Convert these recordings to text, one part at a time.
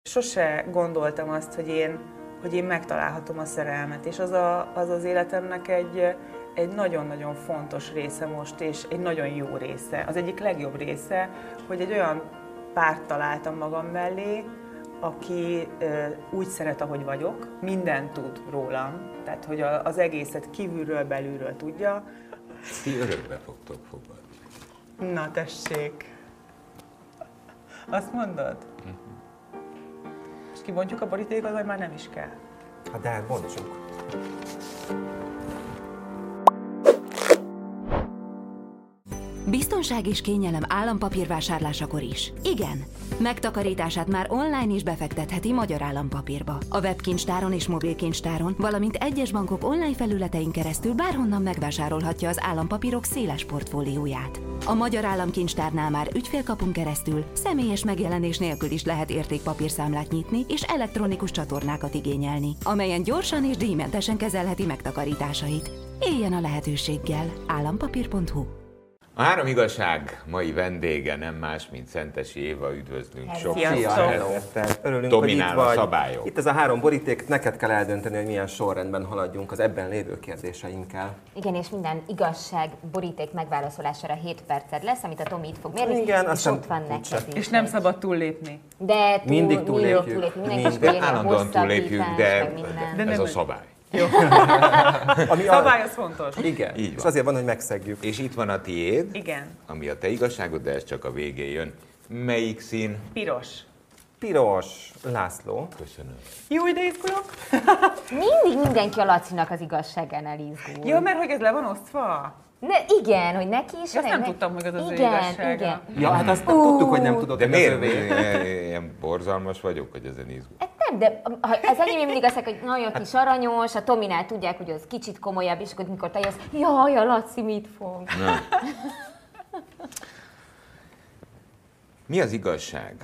Sose gondoltam azt, hogy én megtalálhatom a szerelmet, és az életemnek egy nagyon-nagyon fontos része most, és egy nagyon jó része. Az egyik legjobb része, hogy egy olyan párt találtam magam mellé, aki úgy szeret, ahogy vagyok, mindent tud rólam, tehát hogy az egészet kívülről, belülről tudja. Ti örökbe fogtok fogadni. Na tessék! Azt mondod? És kibontjuk a borítékot, vagy már nem is kell? Hát de bontsuk. Biztonság és kényelem állampapírvásárlásakor is. Igen, megtakarítását már online is befektetheti Magyar Állampapírba. A webkincstáron és mobilkincstáron, valamint egyes bankok online felületein keresztül bárhonnan megvásárolhatja az állampapírok széles portfólióját. A Magyar Államkincstárnál már ügyfélkapun keresztül személyes megjelenés nélkül is lehet értékpapírszámlát nyitni és elektronikus csatornákat igényelni, amelyen gyorsan és díjmentesen kezelheti megtakarításait. Éljen a lehetőséggel! Állampapír.hu. A Három igazság mai vendége nem más, mint Szentesi Éva, üdvözlünk sok szeretettel. Örülünk, Dominál hogy itt vagy. A szabályok. Itt ez a 3 boríték, neked kell eldönteni, hogy milyen sorrendben haladjunk az ebben lévő kérdéseinkkel. Igen, és minden igazság boríték megválaszolására 7 perced lesz, amit a Tomi itt fog mérni, Igen, és aztán ott van neked is. És nem szabad túllépni. De Mindig túllépjük. Mindenki Állandóan túllépjük, de ez a szabály. Jó. Ami Szabály az fontos. Igen, Így és van. azért van, hogy megszegjük. És itt van a tiéd, Igen. ami a te igazságod, de ez csak a végén jön. Melyik szín? Piros. Piros, László. Köszönöm. Jó, ide izgulok. Mindig mindenki a Lacinak az igazságánál izgul. Jó, mert hogy ez le van osztva? Igen, hogy neki is. Ezt nem tudtam, hogy az az ő igen, igazsága. igen. Ja, hát azt tudtuk, hogy nem tudod, De hogy az miért? övé. Ilyen borzalmas vagyok, hogy ezen izgul. Hát nem, de az enyém mindig azt mondják, hogy nagyon kis aranyos, a Tominál tudják, hogy az kicsit komolyabb, és akkor mikor te jössz, jaj, a Laci mit fog? Na. Mi az igazság?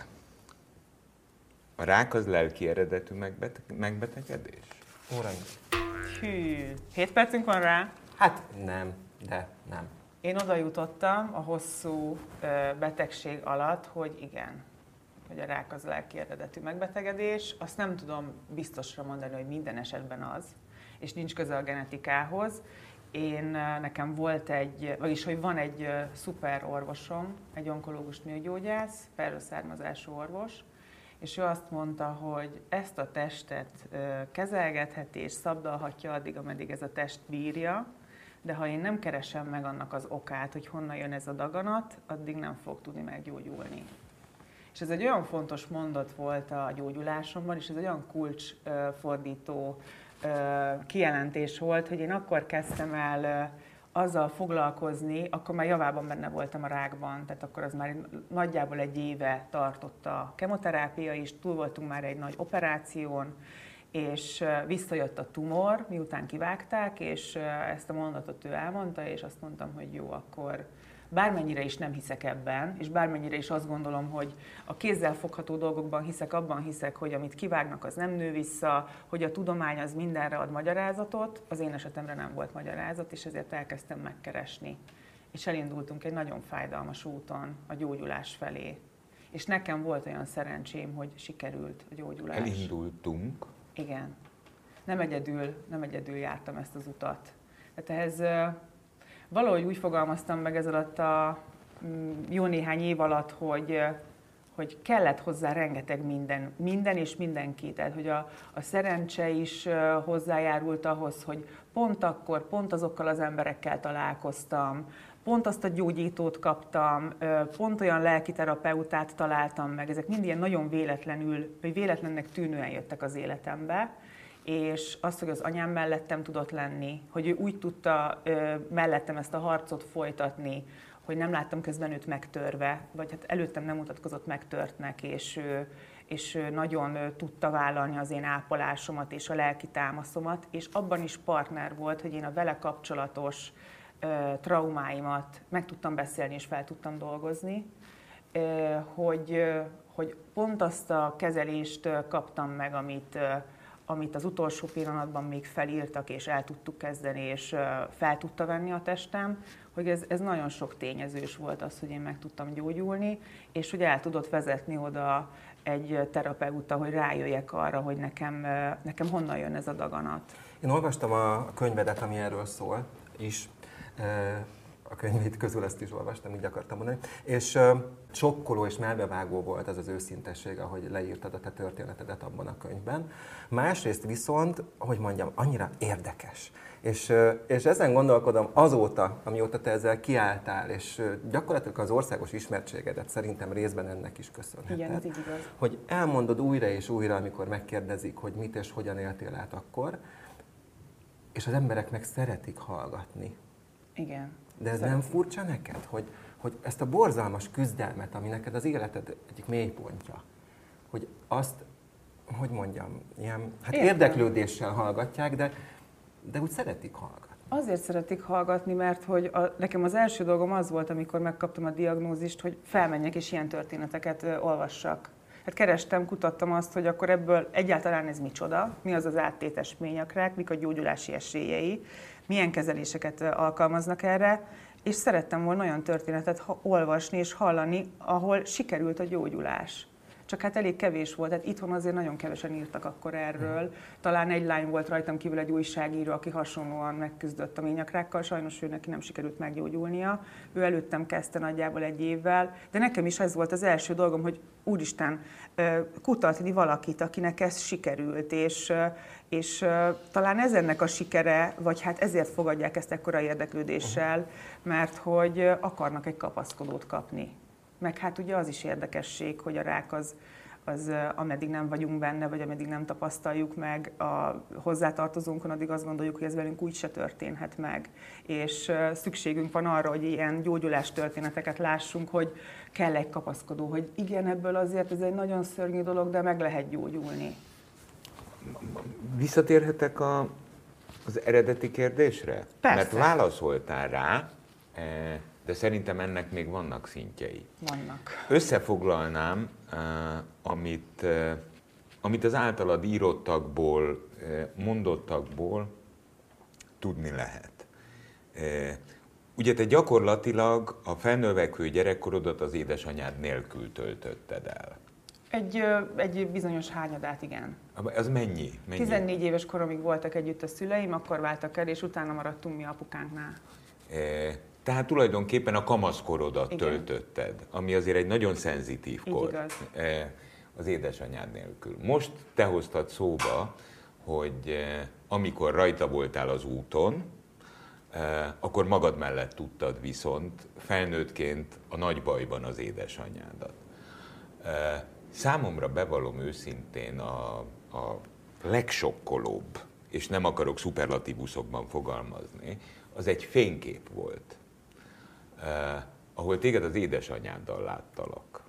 A rák az lelki eredetű megbetegedés? Uraim. Hű. 7 percünk van rá. Hát nem, de nem. Én oda jutottam a hosszú betegség alatt, hogy igen, hogy a rák az lelki eredetű megbetegedés. Azt nem tudom biztosra mondani, hogy minden esetben az, és nincs köze a genetikához. Nekem volt vagyis van egy szuper orvosom, egy onkológus nőgyógyász, perzsa származású orvos, és ő azt mondta, hogy ezt a testet kezelgetheti és szabdalhatja addig, ameddig ez a test bírja, de ha én nem keresem meg annak az okát, hogy honnan jön ez a daganat, addig nem fog tudni meggyógyulni. És ez egy olyan fontos mondat volt a gyógyulásomban, és ez egy olyan kulcsfordító kijelentés volt, hogy én akkor kezdtem el azzal foglalkozni, akkor már javában benne voltam a rákban, tehát akkor az már nagyjából 1 éve tartott a kemoterápia is, túl voltunk már egy nagy operáción, és visszajött a tumor, miután kivágták, és ezt a mondatot ő elmondta, és azt mondtam, hogy jó, akkor bármennyire is nem hiszek ebben, és bármennyire is azt gondolom, hogy a kézzel fogható dolgokban hiszek, abban hiszek, hogy amit kivágnak, az nem nő vissza, hogy a tudomány az mindenre ad magyarázatot, az én esetemre nem volt magyarázat, és ezért elkezdtem megkeresni. És elindultunk egy nagyon fájdalmas úton a gyógyulás felé. És nekem volt olyan szerencsém, hogy sikerült a gyógyulás. Elindultunk. Igen. Nem egyedül jártam ezt az utat. Tehát ehhez valahogy úgy fogalmaztam meg ez alatt a jó néhány év alatt, hogy kellett hozzá rengeteg minden és mindenki. Tehát, hogy a szerencse is hozzájárult ahhoz, hogy pont akkor, pont azokkal az emberekkel találkoztam, pont azt a gyógyítót kaptam, pont olyan lelkiterapeutát találtam meg. Ezek mind ilyen nagyon véletlennek tűnően jöttek az életembe. És azt, hogy az anyám mellettem tudott lenni, hogy ő úgy tudta mellettem ezt a harcot folytatni, hogy nem láttam közben őt megtörve, vagy hát előttem nem mutatkozott megtörtnek, és ő nagyon tudta vállalni az én ápolásomat és a lelki támaszomat, és abban is partner volt, hogy én a vele kapcsolatos traumáimat meg tudtam beszélni és fel tudtam dolgozni, hogy pont azt a kezelést kaptam meg, amit az utolsó pillanatban még felírtak, és el tudtuk kezdeni, és fel tudta venni a testem, hogy ez nagyon sok tényezős volt az, hogy én meg tudtam gyógyulni, és hogy el tudott vezetni oda egy terapeuta, hogy rájöjjek arra, hogy nekem honnan jön ez a daganat. Én olvastam a könyvedet, ami erről szól is. A könyvét közül ezt is olvastam, így akartam mondani. És sokkoló és melbevágó volt az az őszintesség, ahogy leírtad a te történetedet abban a könyvben. Másrészt viszont, ahogy mondjam, annyira érdekes. És ezen gondolkodom azóta, amióta te ezzel kiálltál, és gyakorlatilag az országos ismertségedet szerintem részben ennek is köszönheted. Igen, ez így igaz. Hogy elmondod újra és újra, amikor megkérdezik, hogy mit és hogyan éltél át akkor, és az emberek meg szeretik hallgatni. Igen. De ez nem furcsa neked, hogy ezt a borzalmas küzdelmet, ami neked az életed egyik mélypontja, hogy azt, hogy mondjam, ilyen érdeklődéssel hallgatják, de úgy szeretik hallgatni. Azért szeretik hallgatni, mert hogy nekem az első dolgom az volt, amikor megkaptam a diagnózist, hogy felmenjek és ilyen történeteket olvassak. Hát kerestem, kutattam azt, hogy akkor ebből egyáltalán ez micsoda, mi az az áttétes ményakrák, mik a gyógyulási esélyei, milyen kezeléseket alkalmaznak erre, és szerettem volna olyan történetet olvasni és hallani, ahol sikerült a gyógyulás. Csak hát elég kevés volt, tehát itthon azért nagyon kevesen írtak akkor erről. Talán egy lány volt rajtam kívül egy újságíró, aki hasonlóan megküzdött a ményakrákkal, sajnos ő neki nem sikerült meggyógyulnia. Ő előttem kezdte nagyjából egy évvel, de nekem is ez volt az első dolgom, hogy úristen, kutatni valakit, akinek ez sikerült, és talán ez ennek a sikere, vagy hát ezért fogadják ezt ekkora érdeklődéssel, mert hogy akarnak egy kapaszkodót kapni. Meg hát ugye az is érdekesség, hogy a rák az ameddig nem vagyunk benne, vagy ameddig nem tapasztaljuk meg a hozzátartozónkon, addig azt gondoljuk, hogy ez velünk úgyse történhet meg. És szükségünk van arra, hogy ilyen gyógyulás történeteket lássunk, hogy kell egy kapaszkodó, hogy igen, ebből azért ez egy nagyon szörnyű dolog, de meg lehet gyógyulni. Visszatérhetek az eredeti kérdésre? Persze. Mert válaszoltál rá, de szerintem ennek még vannak szintjei. Vannak. Összefoglalnám, amit az általad írottakból, mondottakból tudni lehet. Ugye te gyakorlatilag a felnövekvő gyerekkorodat az édesanyád nélkül töltötted el. Egy bizonyos hányadát, igen. Az mennyi? 14 éves koromig voltak együtt a szüleim, akkor váltak el, és utána maradtunk mi apukánknál. Tehát tulajdonképpen a kamaszkorodat töltötted, ami azért egy nagyon szenzitív kor. Igaz. Az édesanyád nélkül. Most te hoztad szóba, hogy amikor rajta voltál az úton, akkor magad mellett tudtad viszont felnőttként a nagy bajban az édesanyádat. Számomra, bevallom őszintén, a legsokkolóbb, és nem akarok szuperlatívuszokban fogalmazni, az egy fénykép volt, ahol téged az édesanyáddal láttalak.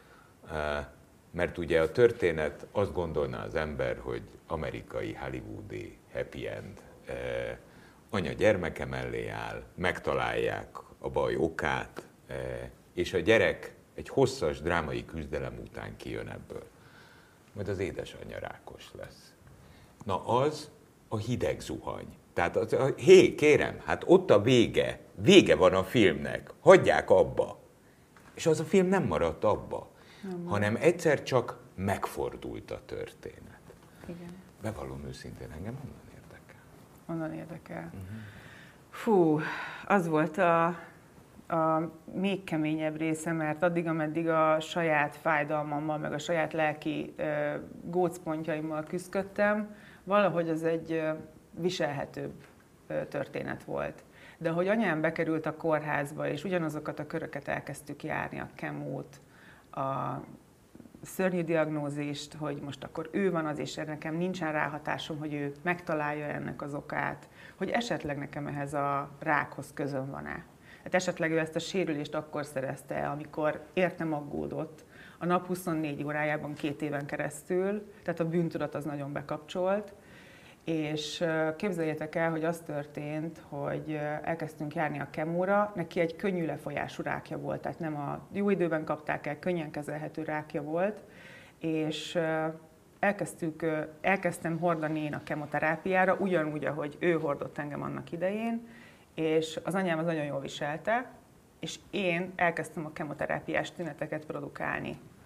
Mert ugye a történet, azt gondolná az ember, hogy amerikai, hollywoodi happy end. Anya gyermeke mellé áll, megtalálják a baj okát, és a gyerek egy hosszas drámai küzdelem után kijön ebből. Majd az édesanyja rákos lesz. Na az a hideg zuhany. Tehát hé, kérem, hát ott a vége van a filmnek, hagyják abba. És az a film nem maradt abba, hanem egyszer csak megfordult a történet. Igen. Bevallom őszintén, engem onnan érdekel. Onnan érdekel. Fú, az volt a még keményebb része, mert addig, ameddig a saját fájdalmammal, meg a saját lelki gócpontjaimmal küzdöttem, valahogy az egy viselhetőbb történet volt. De hogy anyám bekerült a kórházba, és ugyanazokat a köröket elkezdtük járni, a kemót, a szörnyű diagnózist, hogy most akkor ő van az, és nekem nincsen ráhatásom, hogy ő megtalálja ennek az okát, hogy esetleg nekem ehhez a rákhoz közöm van-e. Hát esetleg ő ezt a sérülést akkor szerezte, amikor értem aggódott, a nap 24 órájában 2 éven keresztül, tehát a bűntudat az nagyon bekapcsolt, és képzeljétek el, hogy az történt, hogy elkezdtünk járni a kemóra, neki egy könnyű lefolyású rákja volt, tehát nem a jó időben kapták el, könnyen kezelhető rákja volt, és elkezdtem hordani én a kemoterápiára, ugyanúgy, ahogy ő hordott engem annak idején, és az anyám az nagyon jól viselte, és én elkezdtem a kemoterápiás tüneteket produkálni.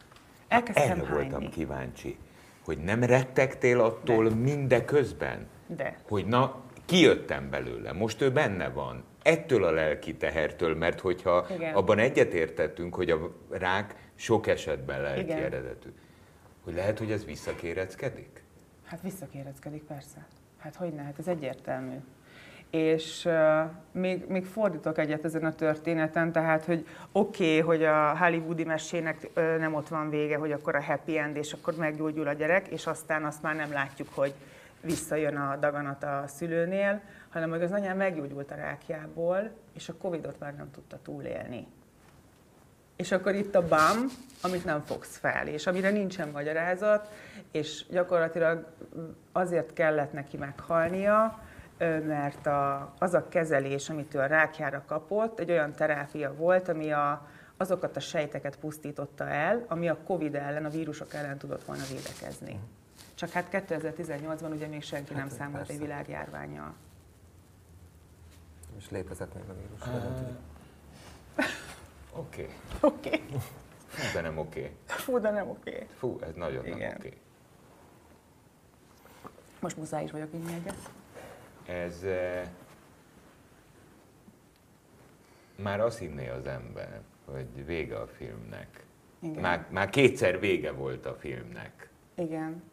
Elkezdtem Erre voltam hányni. kíváncsi, hogy nem rettegtél attól mindeközben? De. Hogy na, kijöttem belőle, most ő benne van. Ettől a lelki tehertől, mert hogyha Igen. abban egyetértettünk, hogy a rák sok esetben lelki Igen. eredetű, hogy lehet, hogy ez visszakéreckedik? Hát visszakéreckedik, persze. Hát hogyne, hát ez egyértelmű. És még fordítok egyet ezen a történeten, tehát, hogy oké, hogy a hollywoodi mesének nem ott van vége, hogy akkor a happy end, és akkor meggyógyul a gyerek, és aztán azt már nem látjuk, hogy visszajön a daganat a szülőnél, hanem hogy az anyám meggyógyult a rákjából, és a Covidot már nem tudta túlélni. És akkor itt a BAM, amit nem fogsz fel, és amire nincsen magyarázat, és gyakorlatilag azért kellett neki meghalnia, mert az a kezelés, amit ő a rákjára kapott, egy olyan terápia volt, ami azokat a sejteket pusztította el, ami a Covid ellen, a vírusok ellen tudott volna védekezni. Csak hát 2018-ban ugye még senki nem számolt persze. egy világjárvánnyal. És létezett még a vírus. de nem tudjuk. Oké. Oké. De nem oké. Fú, de nem oké. Fú, ez nagyon nem Igen. oké. Most muszáj is vagyok inni egyet. Ez már azt hinné az ember, hogy vége a filmnek. Igen. Már kétszer vége volt a filmnek. Igen.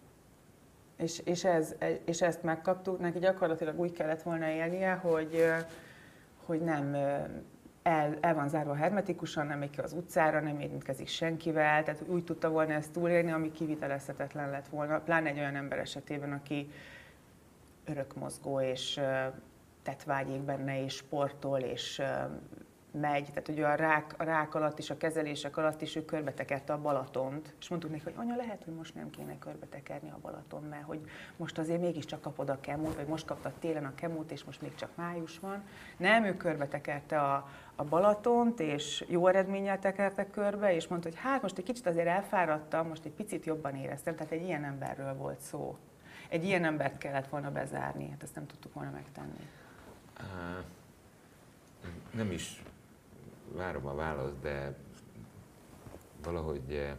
És ezt megkaptuk, neki gyakorlatilag úgy kellett volna élnie, hogy nem el van zárva hermetikusan, nem megy ki az utcára, nem érintkezik senkivel, tehát úgy tudta volna ezt túlélni, ami kivitelezhetetlen lett volna, pláne egy olyan ember esetében, aki örökmozgó, és tett vágyik benne, és sportol, és megy, tehát ugye a rák alatt és a kezelések alatt is ő körbetekerte a Balatont, és mondtuk neki, hogy anya, lehet, hogy most nem kéne körbetekerni a Balaton, mert hogy most azért mégiscsak kapod a kemót, vagy most kaptad télen a kemót, és most még csak május van. Nem, ő körbetekerte a Balatont, és jó eredménnyel tekerte körbe, és mondta, hogy hát most egy kicsit azért elfáradtam, most egy picit jobban éreztem, tehát egy ilyen emberről volt szó. Egy ilyen embert kellett volna bezárni, hát ezt nem tudtuk volna megtenni. Nem is várom a választ, de valahogy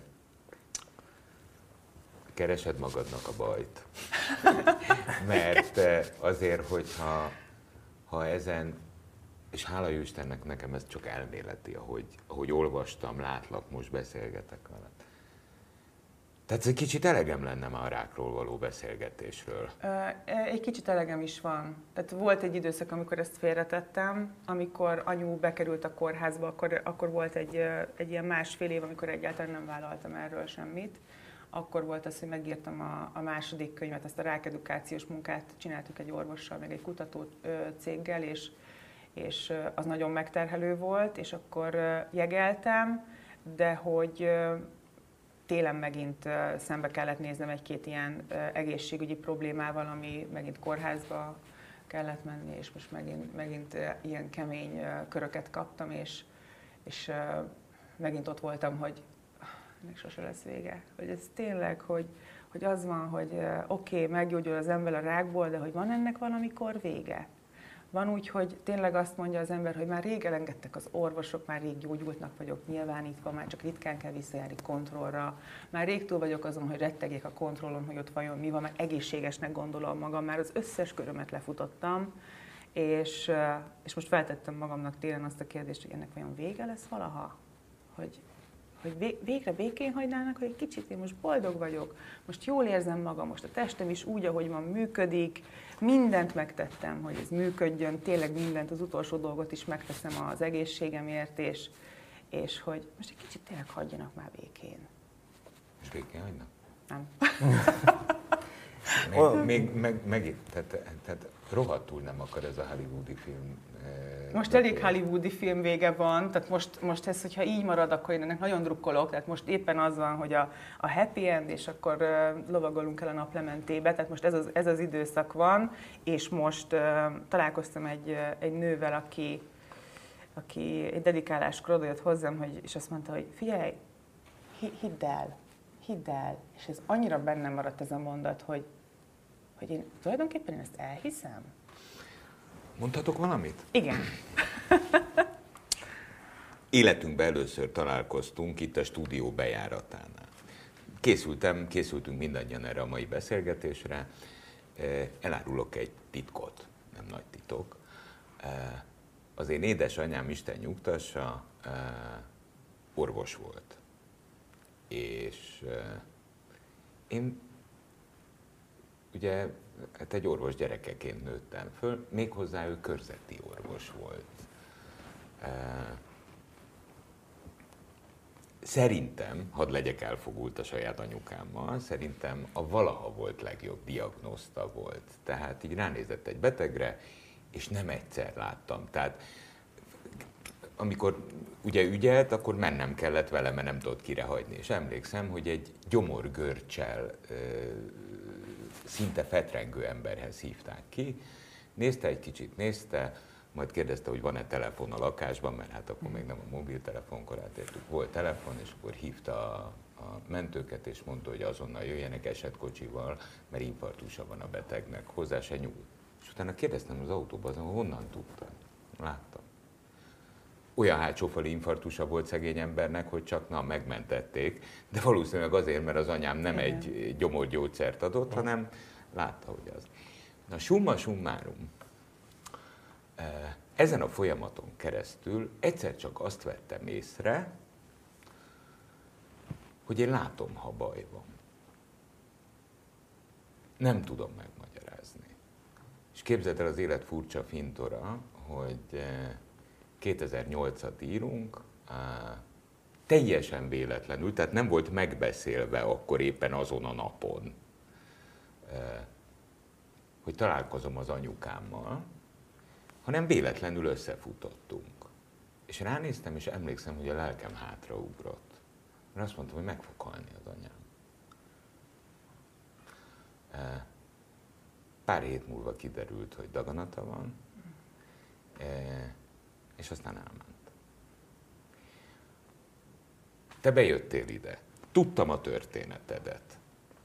keresed magadnak a bajt. Mert azért, hogyha ezen, és hála jó Istennek, nekem ez csak elméleti, ahogy olvastam, látlak, most beszélgetek veled. Tehát egy kicsit elegem lenne már a rákról való beszélgetésről. Egy kicsit elegem is van. Tehát volt egy időszak, amikor ezt félretettem, amikor anyu bekerült a kórházba, akkor volt egy ilyen másfél év, amikor egyáltalán nem vállaltam erről semmit. Akkor volt az, hogy megírtam a második könyvet, ezt a rákedukációs munkát csináltuk egy orvossal, meg egy kutató céggel, és az nagyon megterhelő volt, és akkor jegeltem, de hogy télen megint szembe kellett néznem egy-két ilyen egészségügyi problémával, ami megint kórházba kellett menni, és most megint ilyen kemény köröket kaptam, és megint ott voltam, hogy ennek sose lesz vége. Hogy ez tényleg, hogy az van, hogy oké, meggyógyul az ember a rákból, de hogy van ennek valamikor vége. Van úgy, hogy tényleg azt mondja az ember, hogy már rég elengedtek az orvosok, már rég gyógyultnak vagyok nyilvánítva, már csak ritkán kell visszajárni kontrollra. Már rég túl vagyok azon, hogy rettegjek a kontrollon, hogy ott vajon mi van, már egészségesnek gondolom magam, már az összes körömet lefutottam, és most feltettem magamnak télen azt a kérdést, hogy ennek vajon vége lesz valaha? Hogy végre békén hagynának, hogy egy kicsit én most boldog vagyok, most jól érzem magam, most a testem is úgy, ahogy van, működik, mindent megtettem, hogy ez működjön, tényleg mindent, az utolsó dolgot is megteszem az egészségemért, és hogy most egy kicsit tényleg hagyjanak már békén. És békén hagynak? Nem. Tehát rohadtul nem akar ez a hollywoodi film. Most elég hollywoodi film vége van, tehát most ez, hogyha így marad, akkor én ennek nagyon drukkolok, tehát most éppen az van, hogy a happy end, és akkor lovagolunk el a naplementébe, tehát most ez az időszak van, és most találkoztam egy nővel, aki egy dedikáláskor odajött hozzám, és azt mondta, hogy figyelj, hidd el, és ez annyira bennem maradt ez a mondat, hogy én tulajdonképpen ezt elhiszem. Mondhatok valamit? Igen. Életünkben először találkoztunk itt a stúdió bejáratánál. készültünk mindannyian erre a mai beszélgetésre. Elárulok egy titkot, nem nagy titok. Az én édesanyám, Isten nyugtassa, orvos volt. És én ugye hát egy orvos gyerekeként nőttem föl, méghozzá ő körzeti orvos volt. Szerintem, hadd legyek elfogult a saját anyukámmal, szerintem a valaha volt legjobb diagnoszta volt. Tehát így ránézett egy betegre, és nem egyszer láttam. Tehát amikor ugye ügyelt, akkor mennem kellett vele, mert nem tudott kirehagyni. És emlékszem, hogy egy gyomorgörccsel szinte fetrengő emberhez hívták ki. Nézte egy kicsit, majd kérdezte, hogy van-e telefon a lakásban, mert hát akkor még nem a mobiltelefonkorát értük, volt telefon, és akkor hívta a mentőket, és mondta, hogy azonnal jöjjenek esetkocsival, mert infarktusa van a betegnek, hozzá se nyúlt. És utána kérdeztem az autóban, hogy honnan tudta. Láttam. Olyan hátsófali infarktusa volt szegény embernek, hogy csak megmentették, de valószínűleg azért, mert az anyám nem egy gyomorgyógyszert adott, hanem látta, hogy az. Na, summa summarum, ezen a folyamaton keresztül egyszer csak azt vettem észre, hogy én látom, ha baj van. Nem tudom megmagyarázni. És képzeld el az élet furcsa fintora, hogy 2008-at írunk, teljesen véletlenül, tehát nem volt megbeszélve akkor éppen azon a napon, hogy találkozom az anyukámmal, hanem véletlenül összefutottunk. És ránéztem, és emlékszem, hogy a lelkem hátraugrott. Mert azt mondtam, hogy meg fog halni az anyám. Pár hét múlva kiderült, hogy daganata van, és aztán elment. Te bejöttél ide. Tudtam a történetedet.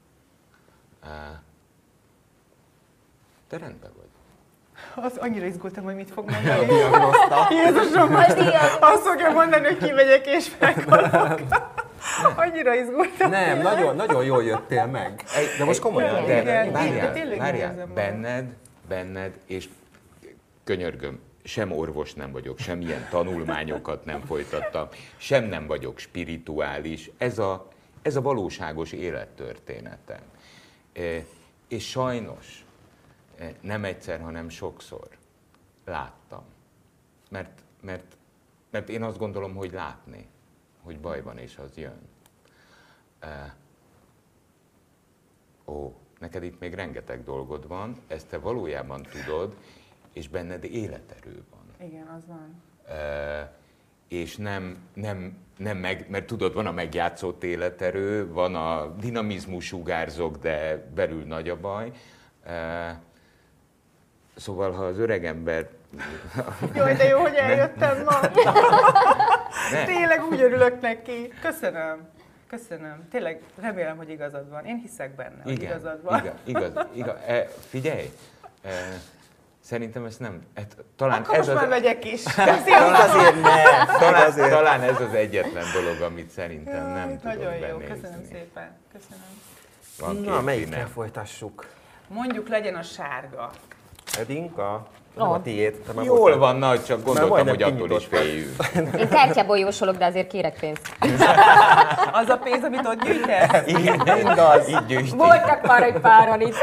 Te rendben vagy. Az annyira izgultam, hogy mit fog mondani. Diagnoszta. Jézusom, azt fogja mondani, hogy kimegyek és meghalok. Annyira izgultam. Nem, nagyon jól jöttél meg. De most komolyan. Igen. Várjál, benned, és könyörgöm, sem orvos nem vagyok, semmilyen tanulmányokat nem folytattam, sem nem vagyok spirituális. Ez a valóságos élettörténetem. És sajnos nem egyszer, hanem sokszor láttam. Mert én azt gondolom, hogy látni, hogy baj van, és az jön. Neked itt még rengeteg dolgod van, ezt te valójában tudod, és benned életerő van. Igen, az van. És mert tudod, van a megjátszott életerő, van a dinamizmus sugárzok, de belül nagy a baj. Szóval, ha az öregember... Jaj, de jó, hogy eljöttem ma. Tényleg úgy örülök neki. Köszönöm. Tényleg remélem, hogy igazad van. Én hiszek benne, hogy igazad van. Igaz. Figyelj, szerintem ezt nem... Talán akkor ez most már megyek is. Talán ez az egyetlen dolog, amit szerintem nem tudok nagyon jó, benézni. köszönöm szépen. Köszönöm. Van Na, melyikkel színe. folytassuk? Mondjuk legyen a sárga. Edinka? Nem a tiéd. Te már Jól voltál. van, nagy, csak gondoltam, majdnem hogy attól is kinyitottad. féljünk. Én kártyából jósolok, de azért kérek pénzt. Az a pénz, amit ott gyűjtesz? Igaz. Így gyűjtünk. Voltak már egy páran itt.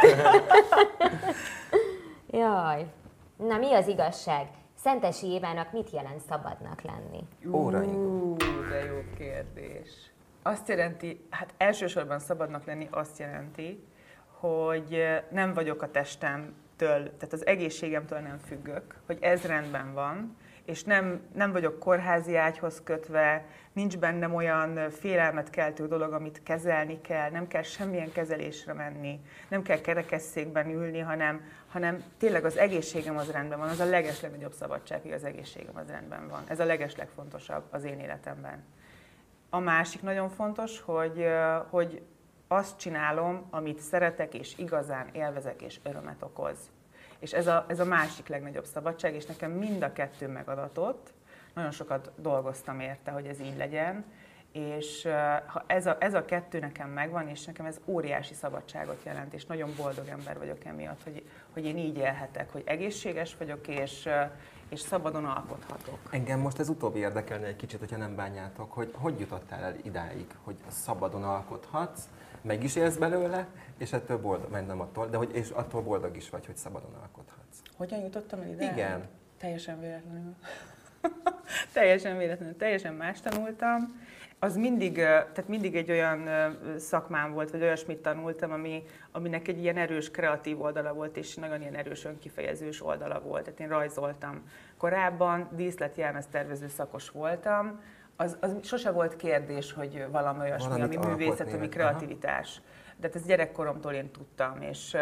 Jaj. Na, mi az igazság? Szentesi Évának mit jelent szabadnak lenni? Óraink. De jó kérdés. Azt jelenti, hát elsősorban szabadnak lenni azt jelenti, hogy nem vagyok a testemtől, tehát az egészségemtől nem függök, hogy ez rendben van, és nem vagyok kórházi ágyhoz kötve, nincs bennem olyan félelmet keltő dolog, amit kezelni kell, nem kell semmilyen kezelésre menni, nem kell kerekesszékben ülni, hanem tényleg az egészségem az rendben van, az a legeslegnagyobb szabadság, hogy az egészségem az rendben van. Ez a legeslegfontosabb az én életemben. A másik nagyon fontos, hogy azt csinálom, amit szeretek, és igazán élvezek, és örömet okoz. És ez a másik legnagyobb szabadság, és nekem mind a kettő megadatott. Nagyon sokat dolgoztam érte, hogy ez így legyen, És ha ez a kettő nekem megvan, és nekem ez óriási szabadságot jelent, és nagyon boldog ember vagyok emiatt, hogy én így élhetek, hogy egészséges vagyok, és szabadon alkothatok. Engem most ez utóbbi érdekelne egy kicsit, hogyha nem bánjátok, hogy jutottál el idáig, hogy szabadon alkothatsz, meg is élsz belőle, és ettől boldog, nem attól, de és attól boldog is vagy, hogy szabadon alkothatsz. Hogyan jutottam el ide? Igen. Teljesen véletlenül. Teljesen véletlenül, teljesen más tanultam. Az mindig egy olyan szakmám volt, vagy olyasmit tanultam, aminek egy ilyen erős kreatív oldala volt, és nagyon ilyen erős önkifejezős oldala volt. Tehát én rajzoltam korábban, díszletjelmeztervező szakos voltam. Az sose volt kérdés, hogy valami olyasmi, ami művészet, ami kreativitás. De ezt gyerekkoromtól én tudtam,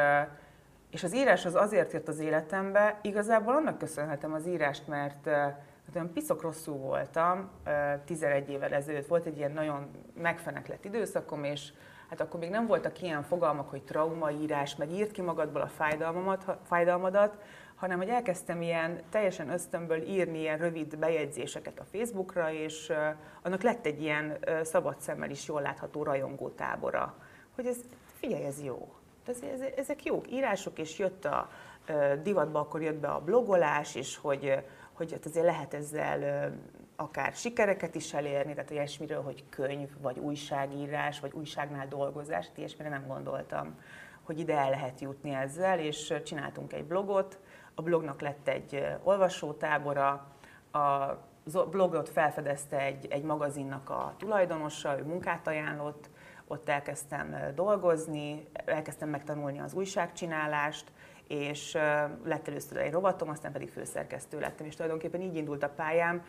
és az írás az azért jött az életembe, igazából annak köszönhetem az írást, mert olyan piszok rosszul voltam, 11 évvel ezelőtt volt egy ilyen nagyon megfeneklett időszakom, és hát akkor még nem voltak ilyen fogalmak, hogy traumaírás, meg írt ki magadból a fájdalmadat, hanem hogy elkezdtem ilyen teljesen ösztönből írni ilyen rövid bejegyzéseket a Facebookra, és annak lett egy ilyen szabad szemmel is jól látható rajongótábora, hogy figyelj, ez jó. Ezek jók írások, és jött a divatba, akkor jött be a blogolás, és hogy hát azért lehet ezzel akár sikereket is elérni, tehát ilyesmiről, hogy könyv, vagy újságírás, vagy újságnál dolgozás, ilyesmire nem gondoltam, hogy ide el lehet jutni ezzel, és csináltunk egy blogot, a blognak lett egy olvasótábora, a blogot felfedezte egy magazinnak a tulajdonosa, ő munkát ajánlott, ott elkezdtem dolgozni, elkezdtem megtanulni az újságcsinálást, és lett először egy rovatom, aztán pedig főszerkesztő lettem, és tulajdonképpen így indult a pályám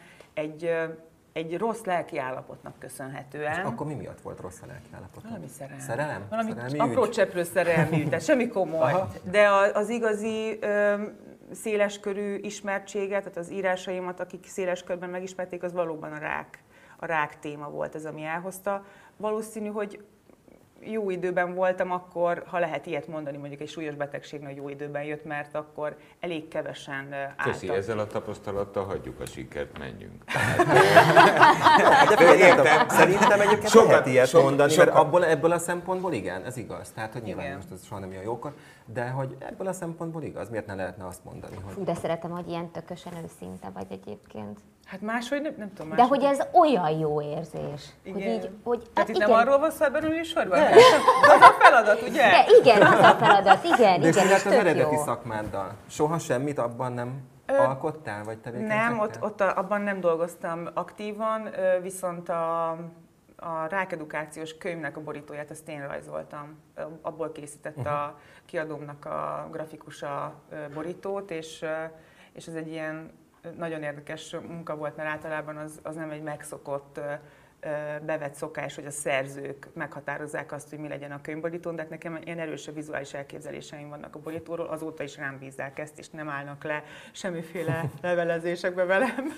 egy rossz lelkiállapotnak köszönhetően. És akkor mi miatt volt rossz a lelkiállapot? Valami szerelem. Szerelem? Valami szerelmi apró ügy? cseprő szerelmi ügy, tehát semmi komoly. Aha. De az igazi széleskörű ismertséget, tehát az írásaimat, akik széles körben megismerték, az valóban a rák téma volt ez, ami elhozta. Valószínű, hogy jó időben voltam akkor, ha lehet ilyet mondani, mondjuk egy súlyos betegségnek jó időben jött, mert akkor elég kevesen álltak. Köszi, ezzel a tapasztalattal hagyjuk a sikert, menjünk. De értem, szerintem egyébként lehet ilyet mondani, mert ebből a szempontból igen, ez igaz. Tehát, hogy nyilván Igen. most ez soha nem jön jókor, de hogy ebből a szempontból igaz, miért ne lehetne azt mondani, hogy... Fú, de szeretem, hogy ilyen tökösen őszinte vagy egyébként. Hát máshogy nem tudom. De hogy ez olyan jó érzés. Igen. Hogy így, hogy, Tehát itt igen. nem arról van szó ebben a műsorban? Az a feladat, ugye? De igen, az a feladat, igen, De és igen, mi és lett az tök eredeti jó. szakmáddal? Soha semmit abban nem alkottál, vagy tevékenykedtél? Nem, abban nem dolgoztam aktívan, viszont a rákedukációs könyvnek a borítóját azt én rajzoltam. Abból készített a kiadómnak a grafikusa borítót, és ez egy ilyen nagyon érdekes munka volt, mert általában az nem egy megszokott, bevett szokás, hogy a szerzők meghatározzák azt, hogy mi legyen a könyvborítón, de hát nekem ilyen erősebb vizuális elképzeléseim vannak a borítóról, azóta is rám bízzák ezt, és nem állnak le semmiféle levelezésekbe velem.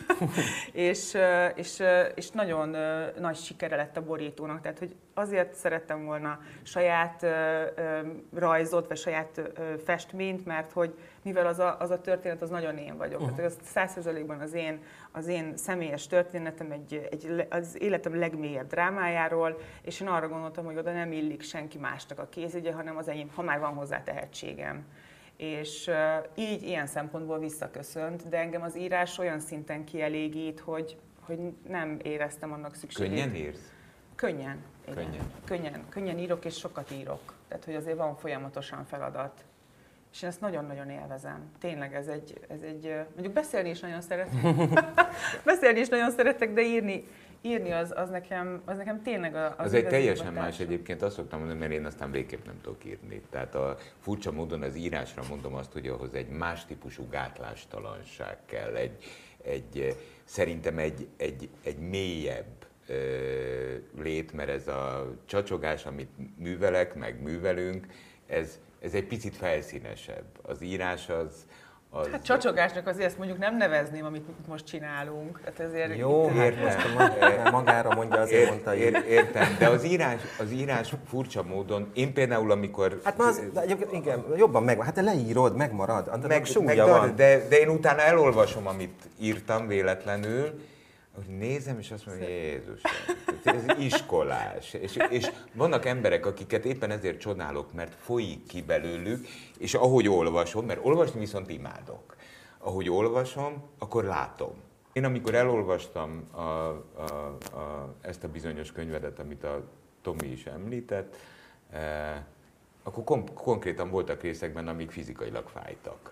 és nagyon nagy sikere lett a borítónak, tehát hogy azért szerettem volna saját rajzot, vagy saját festményt, mert hogy mivel az a történet, az nagyon én vagyok. Tehát az 100%-ban az én személyes történetem az életem legmélyebb drámájáról, és én arra gondoltam, hogy oda nem illik senki másnak a kézügye, hanem az enyém, ha már van hozzá tehetségem. És így ilyen szempontból visszaköszönt, de engem az írás olyan szinten kielégít, hogy nem éreztem annak szükségét. Könnyen írsz? Könnyen. Könnyen írok, és sokat írok. Tehát, hogy azért van folyamatosan feladat. És én ezt nagyon-nagyon élvezem. Tényleg ez egy mondjuk beszélni is nagyon szeretek, de írni az nekem tényleg az egy teljesen más egyébként, azt szoktam mondani, mert én aztán végképp nem tudok írni. Tehát a furcsa módon az írásra mondom azt, hogy ahhoz egy más típusú gátlástalanság kell, szerintem egy mélyebb lét, mert ez a csacsogás, amit művelek, meg művelünk, ez egy picit felszínesebb. Az írás az... Hát csacsogásnak azért ezt mondjuk nem nevezném, amit most csinálunk. Hát ezért jó, hát magára mondja, azért mondta így. Értem, de az írás furcsa módon, én például amikor... Hát igen, jobban megvan, hát te leírod, megmarad, van. De én utána elolvasom, amit írtam véletlenül, Hogy nézem, és azt mondom, hogy Jézus, ez iskolás. És vannak emberek, akiket éppen ezért csodálok, mert folyik ki belőlük, és ahogy olvasom, mert olvasni viszont imádok. Ahogy olvasom, akkor látom. Én amikor elolvastam ezt a bizonyos könyvedet, amit a Tomi is említett, akkor konkrétan voltak részekben, amik fizikailag fájtak.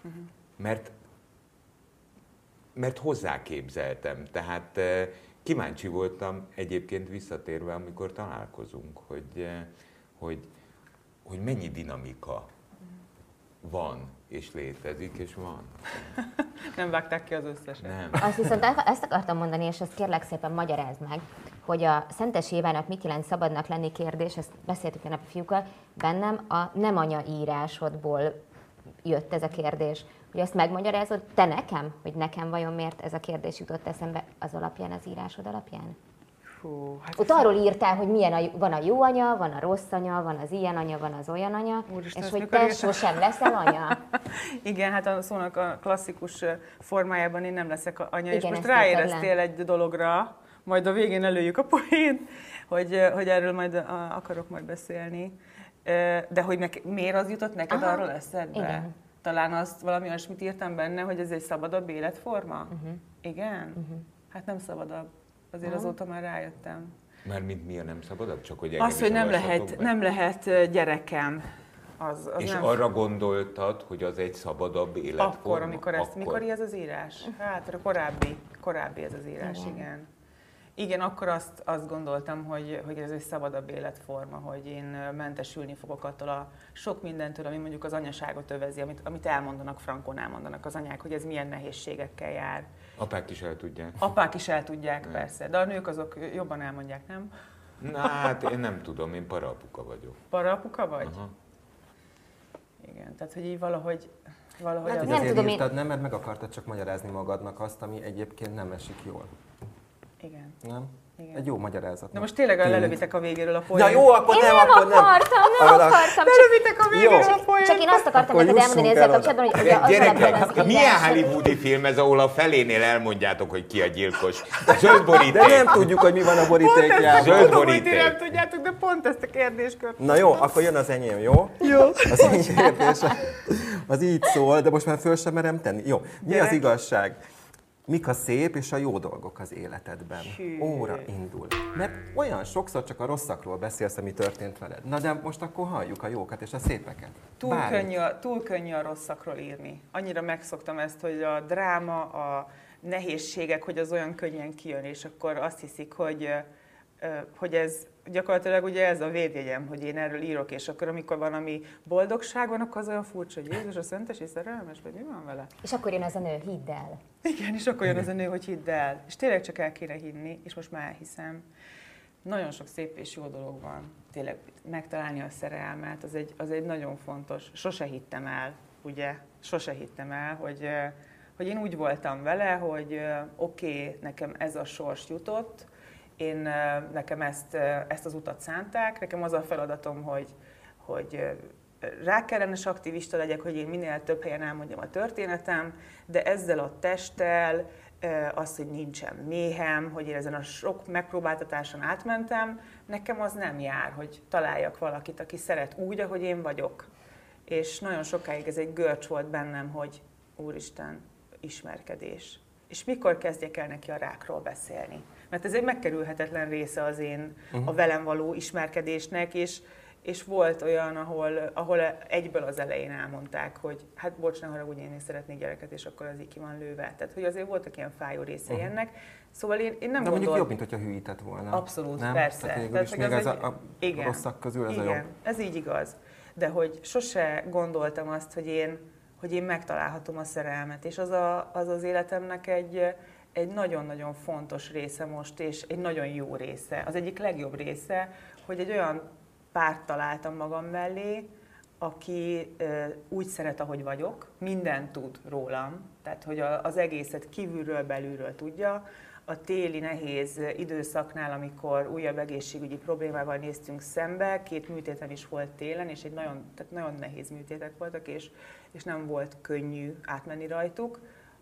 Mert hozzáképzeltem. Tehát kíváncsi voltam egyébként visszatérve, amikor találkozunk, hogy mennyi dinamika van, és létezik, és van. Nem vágták ki az összeset. Nem. Azt viszont ezt akartam mondani, és azt kérlek szépen magyarázd meg, hogy a Szentes Évának mit jelent szabadnak lenni kérdés, ezt beszéltük a fiúkkal, bennem a nem anya írásodból jött ez a kérdés. Hogy azt megmagyarázod, te nekem, hogy nekem vajon miért ez a kérdés jutott eszembe az alapján, az írásod alapján? Hú, hát ott arról írtál, hogy van a jó anya, van a rossz anya, van az ilyen anya, van az olyan anya, Úristen, és ezt hogy mikor te írtam? sosem leszel anya. Igen, hát a szónak a klasszikus formájában én nem leszek anya, és Igen, most ezt írtad ráéreztél egy dologra, majd a végén előjük a poént, hogy erről majd akarok majd beszélni. De hogy miért az jutott neked arról eszedbe? Igen. Talán azt valami olyasmit írtam benne, hogy ez egy szabadabb életforma? Igen? Hát nem szabadabb. Azért azóta már rájöttem. Mármint mi a nem szabadabb? Csak hogy Az, hogy nem lehet gyerekem. Az és nem... arra gondoltad, hogy az egy szabadabb életforma? Akkor, amikor ezt... Mikor ez az írás? Hát korábbi ez az írás, igen. Igen, akkor azt gondoltam, hogy ez egy szabadabb életforma, hogy én mentesülni fogok attól a sok mindentől, ami mondjuk az anyaságot övezi, amit elmondanak, frankon elmondanak az anyák, hogy ez milyen nehézségekkel jár. Apák is el tudják. Apák is el tudják, persze, de a nők azok jobban elmondják, nem? Na, hát én nem tudom, én paraapuka vagyok. Paraapuka vagy? Aha. Igen, tehát hogy így valahogy Hát, az... hogy azért írtad, nem, mert meg akartad csak magyarázni magadnak azt, ami egyébként nem esik jól. Igen. Nem? Igen. Egy jó magyarázat. Na most tényleg lelövitek a végéről a poént. Ja, jó, akkor Én nem, nem akkor nem. akartam. Lelövitek a végéről a poént. Csak én azt akartam Akkor neked elmondani jussunk ezzel el kapcsolatban, hogy ugye az alapján az Gyerekek, milyen írás... hollywoodi film ez, ahol a felénél elmondjátok, hogy ki a gyilkos? Zöld boríték. De nem tudjuk, hogy mi van a borítékjában. Zöld Tudom, hogy ti boríték. nem tudjátok, de pont ezt a kérdéskört. Na jó, akkor jön az enyém, jó? Jó. Az enyém kérdés az így szól, de most már föl sem merem tenni. Jó, mi Gyerek. az igazság? Mik a szép és a jó dolgok az életedben? Hű. Óra indul. Mert olyan sokszor csak a rosszakról beszélsz, ami történt veled. Na de most akkor halljuk a jókat és a szépeket. Túl könnyű a rosszakról írni. Annyira megszoktam ezt, hogy a dráma, a nehézségek, hogy az olyan könnyen kijön, és akkor azt hiszik, hogy ez gyakorlatilag ugye ez a védjegyem, hogy én erről írok, és akkor amikor valami boldogság van, akkor az olyan furcsa, hogy Jézus a szentes és szerelmes, vagy mi van vele? És akkor jön az a nő, hidd el. Igen, és akkor jön az a nő, hogy hidd el. És tényleg csak el kéne hinni, és most már elhiszem. Nagyon sok szép és jó dolog van. Tényleg megtalálni a szerelmet, az egy nagyon fontos. Sose hittem el, ugye? Sose hittem el, hogy én úgy voltam vele, hogy oké, nekem ez a sors jutott, nekem ezt az utat szánták, nekem az a feladatom, hogy rákellenes aktivista legyek, hogy én minél több helyen elmondjam a történetem, de ezzel a testtel, az, hogy nincsen méhem, hogy én ezen a sok megpróbáltatáson átmentem, nekem az nem jár, hogy találjak valakit, aki szeret úgy, ahogy én vagyok. És nagyon sokáig ez egy görcs volt bennem, hogy Úristen, ismerkedés. És mikor kezdjek el neki a rákról beszélni? Mert ez egy megkerülhetetlen része az én a velem való ismerkedésnek, és volt olyan, ahol egyből az elején elmondták, hogy hát bocs, ne haragudj, én szeretnék gyereket, és akkor az így ki van lőve. Tehát, hogy azért voltak ilyen fájó részei ennek. Szóval én nem de mondjuk jobb, mint hogyha hűített volna. Abszolút, nem? persze. Tehát Tehát, is hogy még az ez egy... a igen, rosszak közül ez igen, a jobb. ez így igaz. De hogy sose gondoltam azt, hogy én megtalálhatom a szerelmet, és az életemnek egy nagyon-nagyon fontos része most, és egy nagyon jó része. Az egyik legjobb része, hogy egy olyan párt találtam magam mellé, aki úgy szeret, ahogy vagyok, mindent tud rólam, tehát hogy az egészet kívülről, belülről tudja. A téli nehéz időszaknál, amikor újabb egészségügyi problémával néztünk szembe, 2 műtétem is volt télen, és tehát nagyon nehéz műtétek voltak, és nem volt könnyű átmenni rajtuk.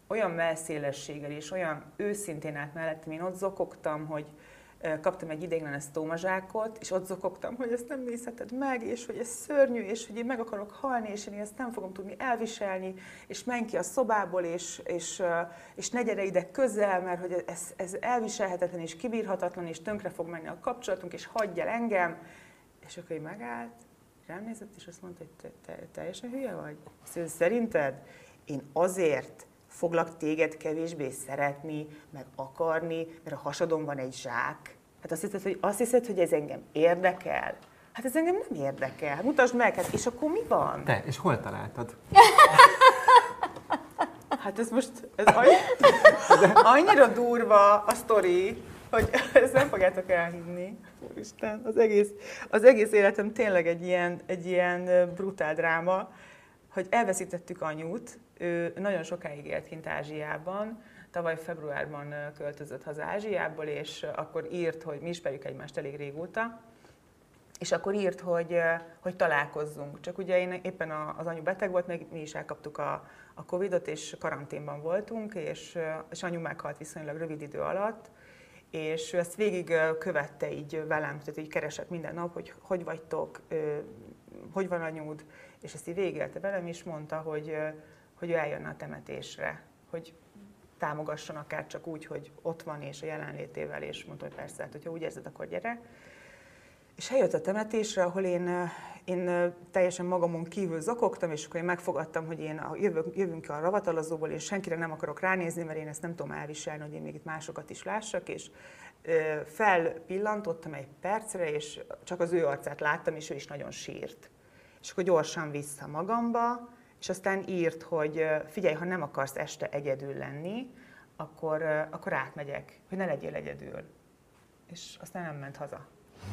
olyan mellszélességgel és olyan őszintén állt mellettem, én ott zokogtam, hogy kaptam egy ideiglenes sztómazsákot, és ott zokogtam, hogy ezt nem nézheted meg, és hogy ez szörnyű, és hogy én meg akarok halni, és én ezt nem fogom tudni elviselni, és menj ki a szobából, és ne gyere ide közel, mert hogy ez elviselhetetlen, és kibírhatatlan, és tönkre fog menni a kapcsolatunk, és hagyj el engem. És akkor így megállt, rám nézett, és azt mondta, hogy te teljesen hülye vagy? Szerinted én azért foglak téged kevésbé szeretni, meg akarni, mert a hasadon van egy zsák. Hát azt hiszed, hogy ez engem érdekel? Hát ez engem nem érdekel. Hát mutasd meg, hát és akkor mi van? Te, és hol találtad? Hát ez annyira durva a sztori, hogy ezt nem fogjátok elhinni. Úristen, az egész életem tényleg egy ilyen brutál dráma, hogy elveszítettük anyút. Ő nagyon sokáig élt kint Ázsiában, tavaly februárban költözött haza Ázsiából, és akkor írt, hogy mi ismerjük egymást elég régóta, és akkor írt, hogy találkozzunk. Csak ugye én éppen az anyu beteg volt, meg mi is elkaptuk a Covidot, és karanténban voltunk, és anyu meghalt viszonylag rövid idő alatt, és ő ezt végig követte így velem, tehát így keresett minden nap, hogy vagytok, hogy van anyud, és ezt így végigélte velem, és mondta, hogy ő eljönne a temetésre, hogy támogasson akár csak úgy, hogy ott van és a jelenlétével, és mondta, hogy persze, hát, hogyha úgy érzed, akkor gyere. És eljött a temetésre, ahol én teljesen magamon kívül zokogtam, és akkor én megfogadtam, hogy jövünk a ravatalozóból, és senkire nem akarok ránézni, mert én ezt nem tudom elviselni, hogy én még itt másokat is lássak, és felpillantottam egy percre, és csak az ő arcát láttam, és ő is nagyon sírt. És akkor gyorsan vissza magamba, és aztán írt, hogy figyelj, ha nem akarsz este egyedül lenni, akkor átmegyek, hogy ne legyél egyedül. És aztán nem ment haza.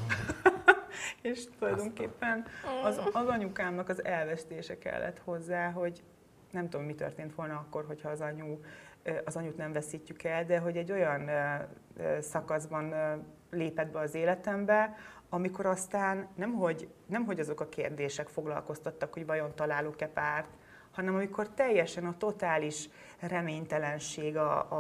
És tulajdonképpen az anyukámnak az elvesztése kellett hozzá, hogy nem tudom, mi történt volna akkor, hogyha az anyut nem veszítjük el, de hogy egy olyan szakaszban lépett be az életembe, amikor aztán nemhogy azok a kérdések foglalkoztattak, hogy vajon találok-e párt, hanem amikor teljesen a totális reménytelenség,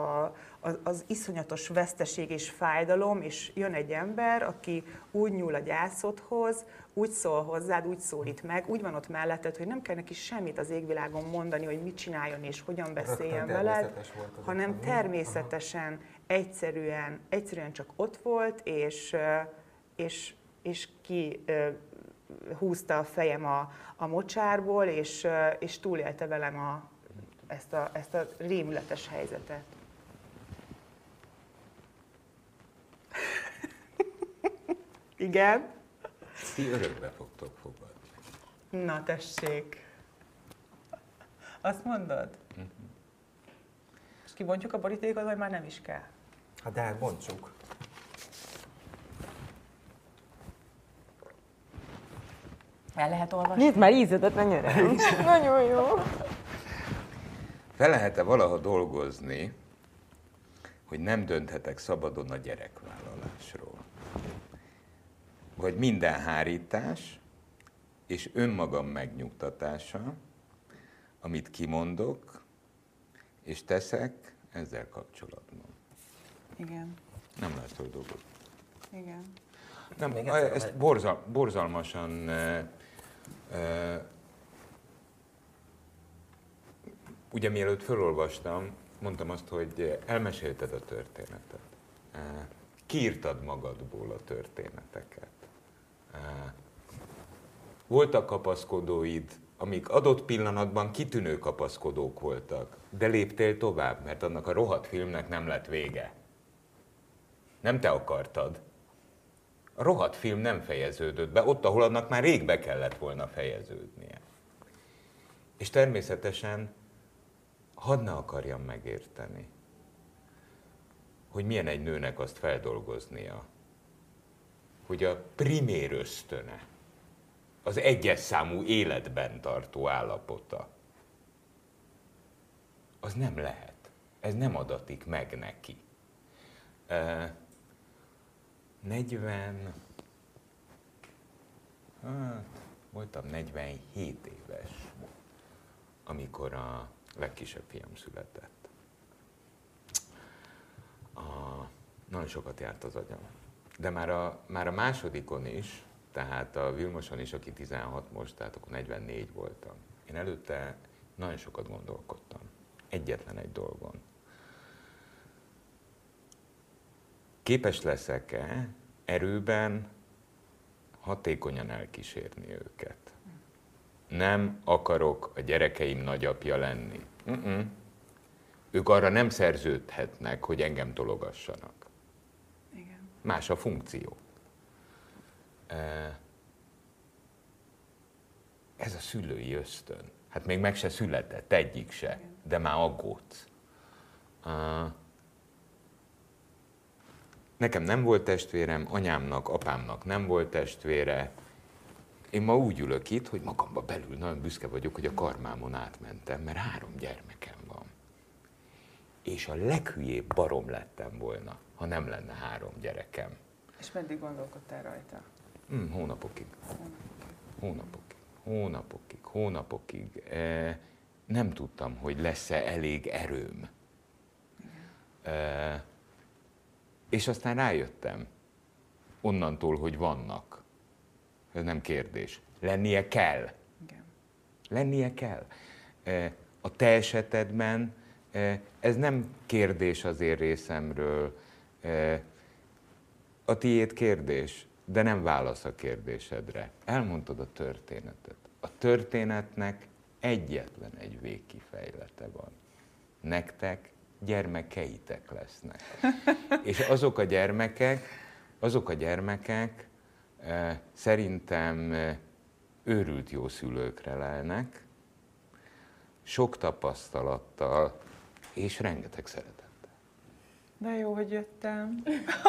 az iszonyatos veszteség és fájdalom, és jön egy ember, aki úgy nyúl a gyászodhoz, úgy szól hozzád, úgy szólít meg, úgy van ott melletted, hogy nem kell neki semmit az égvilágon mondani, hogy mit csináljon és hogyan beszéljen veled, hanem természetesen, egyszerűen csak ott volt, és ki húzta a fejem a mocsárból, és túlélte velem ezt a rémületes helyzetet. Igen? Ti örökbe fogtok fogadni. Na tessék. Azt mondod? És kibontjuk a borítékot, vagy már nem is kell? Hát de bontsuk. El lehet olvasni? Nézd már, ízödet mennyire. Nagyon jó. Fel lehet-e valaha dolgozni, hogy nem dönthetek szabadon a gyerekvállalásról? Vagy minden hárítás és önmagam megnyugtatása, amit kimondok és teszek ezzel kapcsolatban. Igen. Nem lehet hogy dolgozni. Igen. Nem, ezt borzalmasan ugye mielőtt felolvastam, mondtam azt, hogy elmesélted a történetet. Kiírtad magadból a történeteket. Voltak kapaszkodóid, amik adott pillanatban kitűnő kapaszkodók voltak, de léptél tovább, mert annak a rohadt filmnek nem lett vége. Nem te akartad. A rohadt film nem fejeződött be, ott, ahol annak már rég be kellett volna fejeződnie. És természetesen hadd ne akarjam megérteni, hogy milyen egy nőnek azt feldolgoznia, hogy a primér ösztöne, az egyes számú életben tartó állapota, az nem lehet. Ez nem adatik meg neki. 47 éves, amikor a legkisebb fiam született. nagyon sokat járt az agyam. De már a másodikon is, tehát a Vilmoson is, aki 16 most, tehát akkor 44 voltam. Én előtte nagyon sokat gondolkodtam. Egyetlen egy dolgon. Képes leszek-e erőben hatékonyan elkísérni őket? Nem akarok a gyerekeim nagyapja lenni. Ők arra nem szerződhetnek, hogy engem tologassanak. Igen. Más a funkció. Ez a szülői ösztön. Hát még meg se született, egyik se, de már aggódsz. Nekem nem volt testvérem, anyámnak, apámnak nem volt testvére. Én ma úgy ülök itt, hogy magamba belül nagyon büszke vagyok, hogy a karmámon átmentem, mert 3 gyermekem van. És a leghülyébb barom lettem volna, ha nem lenne 3 gyerekem. És meddig gondolkodtál rajta? Hónapokig. Nem tudtam, hogy lesz-e elég erőm. És aztán rájöttem, onnantól, hogy vannak. Ez nem kérdés. Lennie kell. Igen. Lennie kell. A te esetedben ez nem kérdés az én részemről. A tiéd kérdés, de nem válasz a kérdésedre. Elmondtad a történetet. A történetnek egyetlen egy végkifejlete van. Nektek gyermekeitek lesznek. És azok a gyermekek szerintem őrült jó szülőkre lelnek, sok tapasztalattal és rengeteg szeretettel. De jó, hogy jöttem.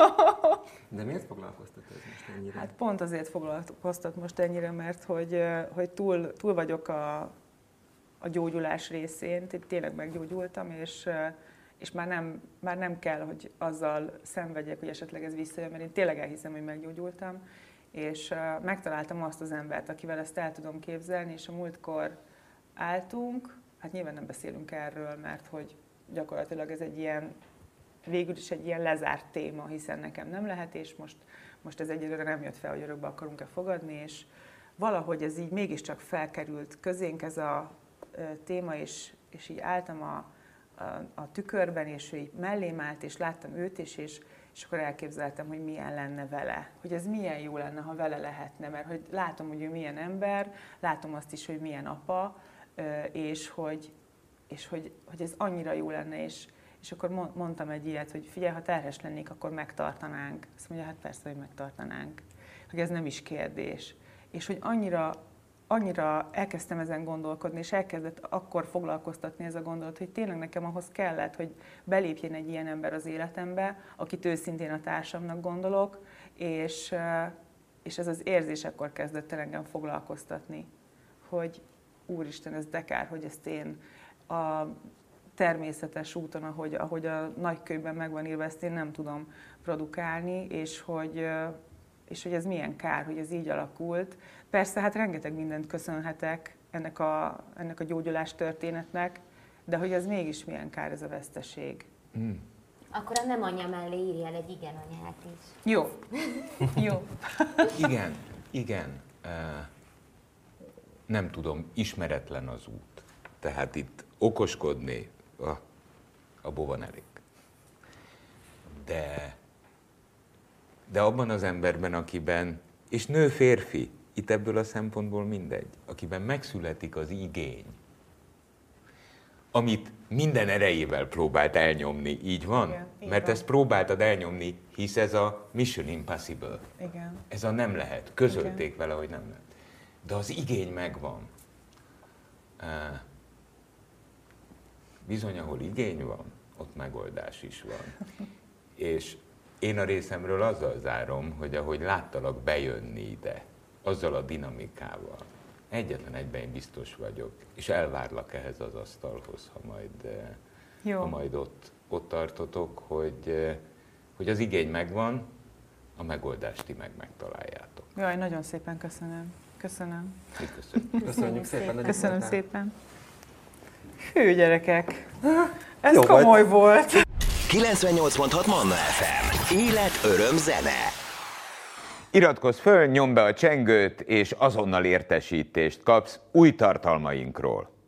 De miért foglalkoztat ez most ennyire? Hát pont azért foglalkoztat most ennyire, mert hogy túl vagyok a gyógyulás részén, tényleg meggyógyultam, és már nem kell, hogy azzal szenvedjek, hogy esetleg ez visszajön, mert én tényleg elhiszem, hogy meggyógyultam, és megtaláltam azt az embert, akivel ezt el tudom képzelni, és a múltkor álltunk, hát nyilván nem beszélünk erről, mert hogy gyakorlatilag ez végül is egy ilyen lezárt téma, hiszen nekem nem lehet, és most ez egyelőre nem jött fel, hogy örökbe akarunk-e fogadni, és valahogy ez így mégiscsak felkerült közénk ez a téma, és így álltam a tükörben, és ő így mellém állt, és láttam őt is, és akkor elképzeltem, hogy milyen lenne vele. Hogy ez milyen jó lenne, ha vele lehetne, mert hogy látom, hogy ő milyen ember, látom azt is, hogy milyen apa, és hogy ez annyira jó lenne, és akkor mondtam egy ilyet, hogy figyelj, ha terhes lennék, akkor megtartanánk. Azt mondja, hát persze, hogy megtartanánk. Hogy ez nem is kérdés. És hogy annyira elkezdtem ezen gondolkodni, és elkezdett akkor foglalkoztatni ez a gondolat, hogy tényleg nekem ahhoz kellett, hogy belépjen egy ilyen ember az életembe, akit őszintén a társamnak gondolok, és ez az érzés akkor kezdett el engem foglalkoztatni, hogy úristen, ez de kár, hogy ezt én a természetes úton, ahogy a nagykönyvben meg van írva, ezt én nem tudom produkálni, és hogy ez milyen kár, hogy ez így alakult. Persze, hát rengeteg mindent köszönhetek ennek a gyógyulás történetnek, de hogy ez mégis milyen kár, ez a veszteség. Akkor a nem anya mellé írjál egy igen anyát is. Jó. Jó. Igen. Nem tudom, ismeretlen az út. Tehát itt okoskodni, abból van elég. De abban az emberben, akiben, és nő, férfi, itt ebből a szempontból mindegy, akiben megszületik az igény, amit minden erejével próbált elnyomni, így van? Igen, így mert van. ezt próbáltad elnyomni, hisz ez a Mission Impossible. Igen. Ez a nem lehet. Közölték vele, hogy nem lehet. De az igény megvan. Bizony, ahol igény van, ott megoldás is van. És én a részemről azzal zárom, hogy ahogy láttalak bejönni ide, azzal a dinamikával, egyetlen egyben én biztos vagyok, és elvárlak ehhez az asztalhoz, ha majd ott tartotok, hogy az igény megvan, a megoldást ti megtaláljátok. Jaj, nagyon szépen köszönöm. Köszönöm. Köszönjük szépen. hogy Köszönöm voltál. szépen. Hű, gyerekek! Ez Jó komoly volt. 98.6 Manna FM. Élet, öröm, zene. Iratkozz föl, nyomd be a csengőt, és azonnal értesítést kapsz új tartalmainkról.